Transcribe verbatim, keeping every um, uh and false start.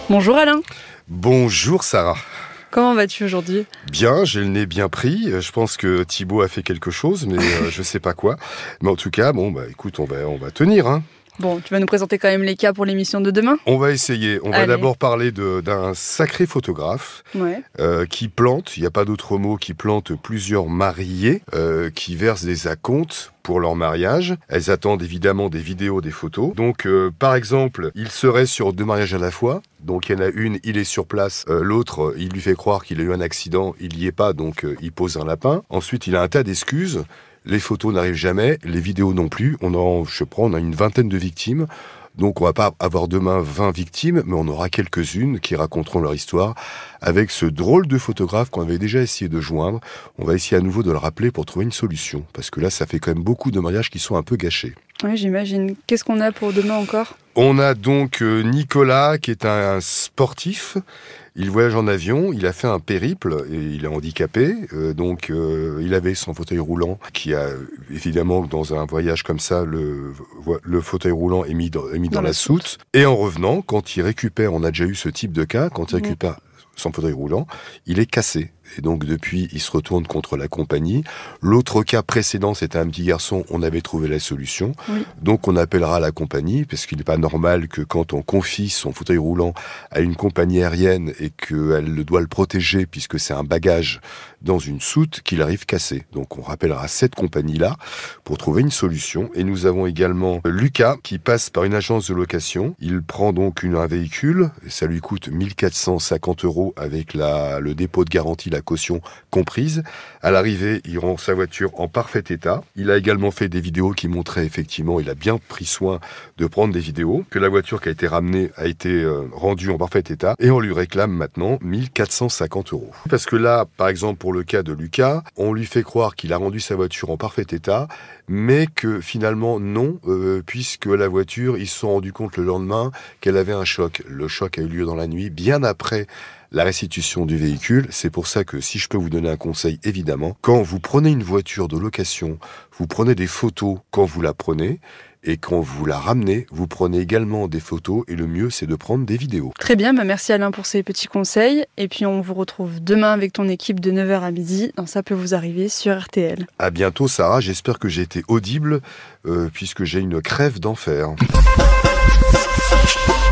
Bonjour Alain. Bonjour Sarah. Comment vas-tu aujourd'hui? Bien, j'ai le nez bien pris. Je pense que Thibaut a fait quelque chose, mais euh, je sais pas quoi. Mais en tout cas, bon, bah écoute, on va, on va tenir, hein. Bon, tu vas nous présenter quand même les cas pour l'émission de demain? On va essayer. On va Allez. d'abord parler de- d'un sacré photographe Ouais. euh, qui plante, il n'y a pas d'autre mot, qui plante plusieurs mariées euh, qui versent des acomptes pour leur mariage. Elles attendent évidemment des vidéos, des photos. Donc, euh, par exemple, il serait sur deux mariages à la fois. Donc, il y en a une, il est sur place. Euh, L'autre, il lui fait croire qu'il a eu un accident. Il n'y est pas, donc euh, il pose un lapin. Ensuite, il a un tas d'excuses. Les photos n'arrivent jamais, les vidéos non plus. On a, je prends, on a une vingtaine de victimes. Donc on va pas avoir demain vingt victimes, mais on aura quelques-unes qui raconteront leur histoire avec ce drôle de photographe qu'on avait déjà essayé de joindre. On va essayer à nouveau de le rappeler pour trouver une solution. Parce que là, ça fait quand même beaucoup de mariages qui sont un peu gâchés. Oui, j'imagine. Qu'est-ce qu'on a pour demain encore? On a donc euh, Nicolas qui est un, un sportif. Il voyage en avion, il a fait un périple et il est handicapé. Euh, donc euh, il avait son fauteuil roulant qui a évidemment dans un voyage comme ça, le, le fauteuil roulant est mis dans, est mis dans, dans la, la soute. soute. Et en revenant, quand il récupère, on a déjà eu ce type de cas, quand il mmh. récupère son fauteuil roulant, il est cassé. Et donc depuis, il se retourne contre la compagnie. L'autre cas précédent, c'était un petit garçon, on avait trouvé la solution. Oui. Donc on appellera la compagnie, parce qu'il n'est pas normal que quand on confie son fauteuil roulant à une compagnie aérienne et qu'elle doit le protéger, puisque c'est un bagage dans une soute, qu'il arrive cassé. Donc on rappellera cette compagnie-là pour trouver une solution. Et nous avons également Lucas, qui passe par une agence de location. Il prend donc une, un véhicule, et ça lui coûte mille quatre cent cinquante euros avec la, le dépôt de garantie, la caution comprise. À l'arrivée, il rend sa voiture en parfait état. Il a également fait des vidéos qui montraient effectivement, il a bien pris soin de prendre des vidéos, que la voiture qui a été ramenée a été euh, rendue en parfait état et on lui réclame maintenant mille quatre cent cinquante euros. Parce que là, par exemple, pour le cas de Lucas, on lui fait croire qu'il a rendu sa voiture en parfait état, mais que finalement non, euh, puisque la voiture, ils se sont rendus compte le lendemain qu'elle avait un choc. Le choc a eu lieu dans la nuit, bien après la restitution du véhicule. C'est pour ça que si je peux vous donner un conseil, évidemment, quand vous prenez une voiture de location, vous prenez des photos quand vous la prenez, et quand vous la ramenez, vous prenez également des photos, et le mieux, c'est de prendre des vidéos. Très bien, bah merci Alain pour ces petits conseils, et puis on vous retrouve demain avec ton équipe de neuf heures à midi, dans Ça peut vous arriver sur R T L. À bientôt Sarah, j'espère que j'ai été audible, euh, puisque j'ai une crève d'enfer.